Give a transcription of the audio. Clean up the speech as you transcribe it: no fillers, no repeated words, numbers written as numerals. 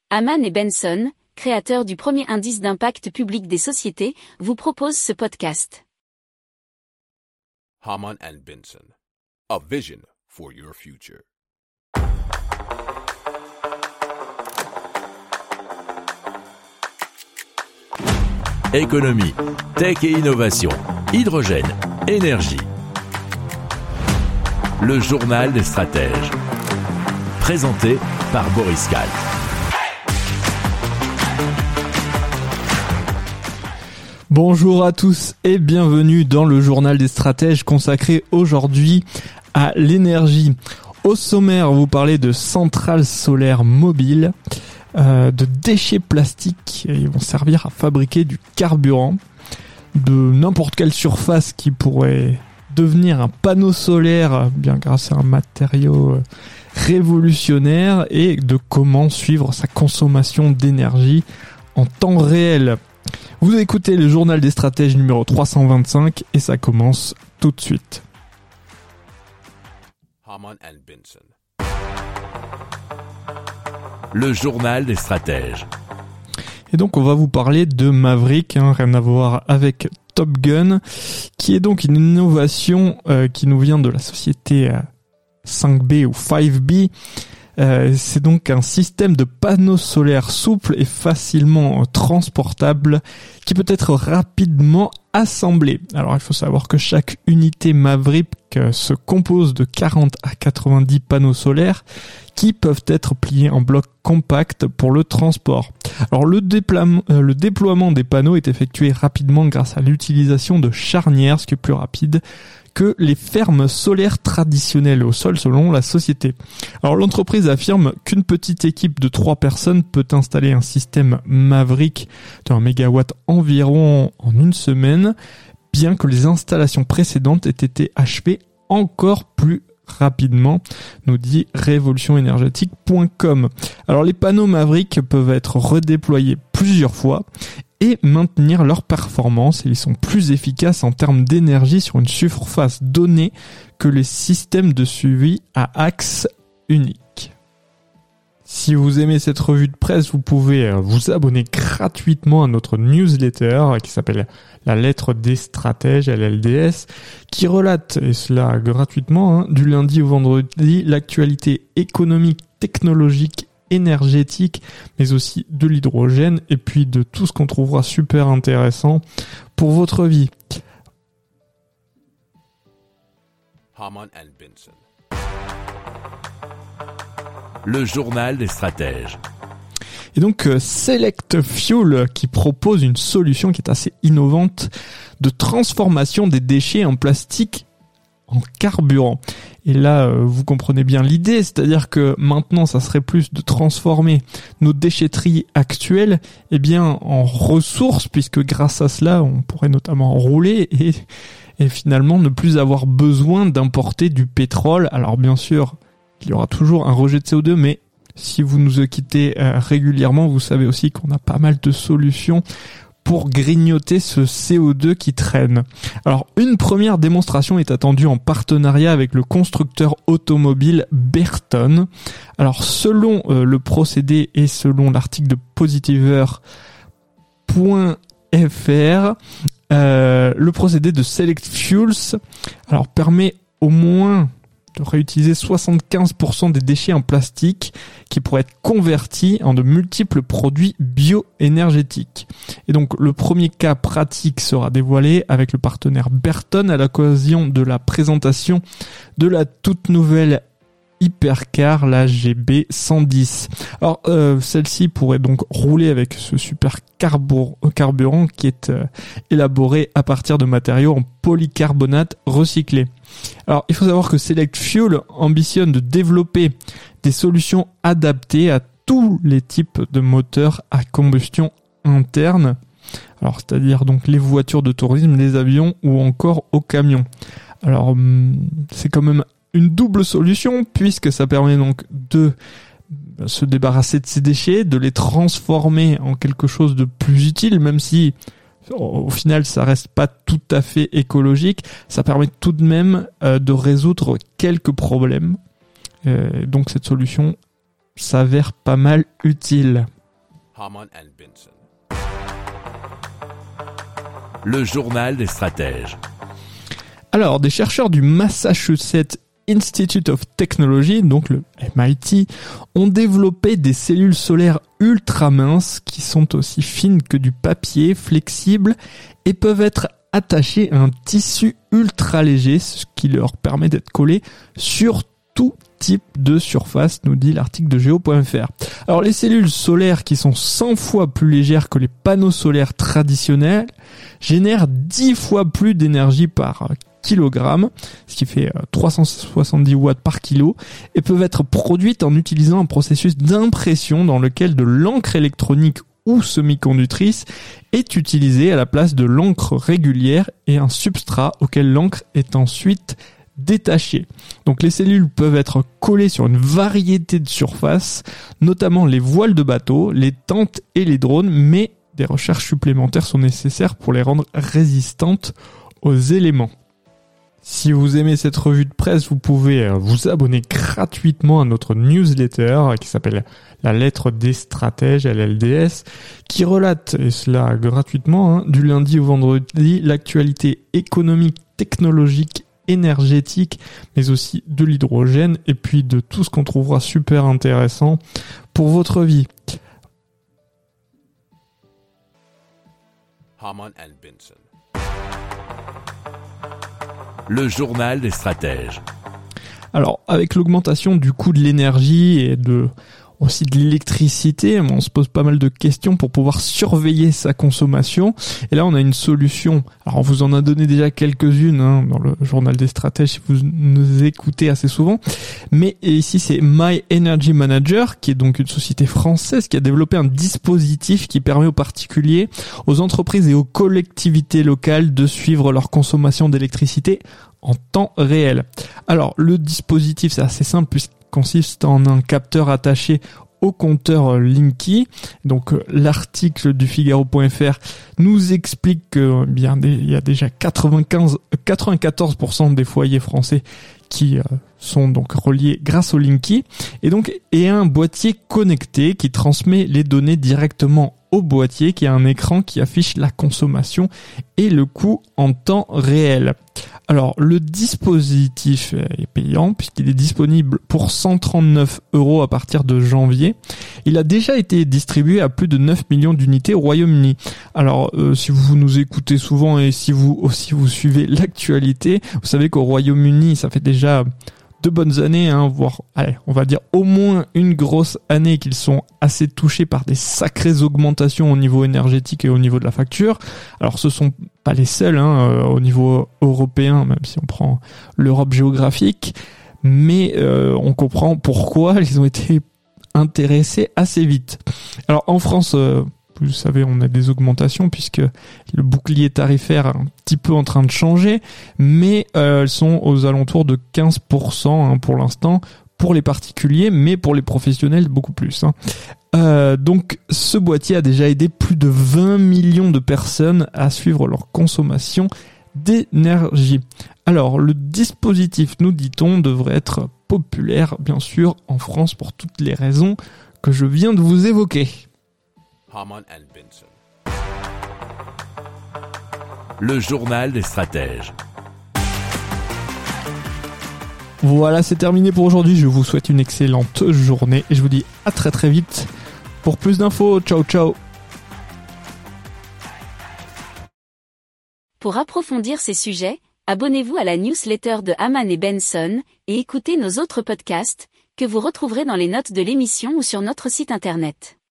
Hamann et Benson, créateurs du premier indice d'impact public des sociétés, vous proposent ce podcast. Hamann and Benson, a vision for your future. Économie, tech et innovation, hydrogène, énergie. Le journal des stratèges. Présenté par Boris Kahl. Bonjour à tous et bienvenue dans le journal des stratèges consacré aujourd'hui à l'énergie. Au sommaire, vous parlez de centrales solaires mobiles, de déchets plastiques, ils vont servir à fabriquer du carburant, de n'importe quelle surface qui pourrait devenir un panneau solaire bien grâce à un matériau révolutionnaire et de comment suivre sa consommation d'énergie en temps réel. Vous écoutez le journal des stratèges numéro 325 et ça commence tout de suite. Hamann and Benson. Le journal des stratèges. Et donc on va vous parler de Maverick, rien à voir avec Top Gun, qui est donc une innovation qui nous vient de la société 5B ou 5B. C'est donc un système de panneaux solaires souple et facilement transportable qui peut être rapidement assemblé. Alors il faut savoir que chaque unité Maverick se compose de 40 à 90 panneaux solaires qui peuvent être pliés en blocs compacts pour le transport. Alors le déploiement des panneaux est effectué rapidement grâce à l'utilisation de charnières, ce qui est plus rapide que les fermes solaires traditionnelles au sol selon la société. Alors l'entreprise affirme qu'une petite équipe de 3 personnes peut installer un système Maverick de 1 MW environ en une semaine, bien que les installations précédentes aient été achevées encore plus rapidement, nous dit révolutionénergétique.com. Alors les panneaux Maverick peuvent être redéployés plusieurs fois et maintenir leur performance, et ils sont plus efficaces en termes d'énergie sur une surface donnée que les systèmes de suivi à axe unique. Si vous aimez cette revue de presse, vous pouvez vous abonner gratuitement à notre newsletter qui s'appelle La Lettre des Stratèges, LLDS, qui relate, et cela gratuitement, du lundi au vendredi, l'actualité économique, technologique, énergétique, mais aussi de l'hydrogène et puis de tout ce qu'on trouvera super intéressant pour votre vie. Hamann and Benson. Le journal des stratèges. Et donc Select Fuel qui propose une solution qui est assez innovante de transformation des déchets en plastique en carburant. Et là, vous comprenez bien l'idée, c'est-à-dire que maintenant, ça serait plus de transformer nos déchetteries actuelles en ressources, puisque grâce à cela, on pourrait notamment rouler et finalement ne plus avoir besoin d'importer du pétrole. Alors bien sûr, il y aura toujours un rejet de CO2, mais si vous nous quittez régulièrement, vous savez aussi qu'on a pas mal de solutions pour grignoter ce CO2 qui traîne. Alors, une première démonstration est attendue en partenariat avec le constructeur automobile Bertone. Alors, selon le procédé et selon l'article de Positiver.fr, le procédé de Select Fuels permet au moins de réutiliser 75% des déchets en plastique qui pourraient être convertis en de multiples produits bioénergétiques. Et donc, le premier cas pratique sera dévoilé avec le partenaire Bertone à l'occasion de la présentation de la toute nouvelle Hypercar, la GB110. Alors, celle-ci pourrait donc rouler avec ce super carburant qui est élaboré à partir de matériaux en polycarbonate recyclé. Alors, il faut savoir que Select Fuel ambitionne de développer des solutions adaptées à tous les types de moteurs à combustion interne. Alors, c'est-à-dire donc les voitures de tourisme, les avions ou encore aux camions. Alors, c'est quand même une double solution puisque ça permet donc de se débarrasser de ces déchets, de les transformer en quelque chose de plus utile, même si au final ça reste pas tout à fait écologique. Ça permet tout de même de résoudre quelques problèmes. Donc cette solution s'avère pas mal utile. Hamann and Benson. Le journal des stratèges. Alors, des chercheurs du Massachusetts Institute of Technology, donc le MIT, ont développé des cellules solaires ultra minces qui sont aussi fines que du papier, flexibles et peuvent être attachées à un tissu ultra léger, ce qui leur permet d'être collés sur tout type de surface, nous dit l'article de Geo.fr. Alors les cellules solaires qui sont 100 fois plus légères que les panneaux solaires traditionnels génèrent 10 fois plus d'énergie par kilogramme, ce qui fait 370 watts par kilo, et peuvent être produites en utilisant un processus d'impression dans lequel de l'encre électronique ou semi-conductrice est utilisée à la place de l'encre régulière et un substrat auquel l'encre est ensuite détachée. Donc les cellules peuvent être collées sur une variété de surfaces, notamment les voiles de bateau, les tentes et les drones, mais des recherches supplémentaires sont nécessaires pour les rendre résistantes aux éléments. Si vous aimez cette revue de presse, vous pouvez vous abonner gratuitement à notre newsletter qui s'appelle La Lettre des Stratèges, LLDS, qui relate, et cela gratuitement, du lundi au vendredi, l'actualité économique, technologique, énergétique, mais aussi de l'hydrogène, et puis de tout ce qu'on trouvera super intéressant pour votre vie. Hamann and Benson. Le journal des stratèges. Alors, avec l'augmentation du coût de l'énergie et aussi de l'électricité, on se pose pas mal de questions pour pouvoir surveiller sa consommation. Et là, on a une solution. Alors, on vous en a donné déjà quelques-unes dans le journal des stratèges si vous nous écoutez assez souvent. Mais ici, c'est My Energy Manager, qui est donc une société française qui a développé un dispositif qui permet aux particuliers, aux entreprises et aux collectivités locales de suivre leur consommation d'électricité en temps réel. Alors, le dispositif, c'est assez simple puisqu'il consiste en un capteur attaché au compteur Linky. Donc l'article du Figaro.fr nous explique que il y a déjà 94% des foyers français qui sont donc reliés grâce au Linky et un boîtier connecté qui transmet les données directement au boîtier qui a un écran qui affiche la consommation et le coût en temps réel. Alors, le dispositif est payant puisqu'il est disponible pour 139 € à partir de janvier. Il a déjà été distribué à plus de 9 millions d'unités au Royaume-Uni. Alors, si vous nous écoutez souvent et si vous aussi vous suivez l'actualité, vous savez qu'au Royaume-Uni, ça fait déjà 2 bonnes années, voire, on va dire au moins une grosse année qu'ils sont assez touchés par des sacrées augmentations au niveau énergétique et au niveau de la facture. Alors ce sont pas les seuls au niveau européen, même si on prend l'Europe géographique, mais on comprend pourquoi ils ont été intéressés assez vite. Alors en France, vous savez, on a des augmentations puisque le bouclier tarifaire est un petit peu en train de changer, mais elles sont aux alentours de 15% pour l'instant pour les particuliers, mais pour les professionnels beaucoup plus. Donc ce boîtier a déjà aidé plus de 20 millions de personnes à suivre leur consommation d'énergie. Alors le dispositif, nous dit-on, devrait être populaire, bien sûr, en France pour toutes les raisons que je viens de vous évoquer. Hamann and Benson. Le journal des stratèges. Voilà, c'est terminé pour aujourd'hui. Je vous souhaite une excellente journée et je vous dis à très très vite pour plus d'infos. Ciao ciao. Pour approfondir ces sujets, abonnez-vous à la newsletter de Hamann et Benson et écoutez nos autres podcasts que vous retrouverez dans les notes de l'émission ou sur notre site internet.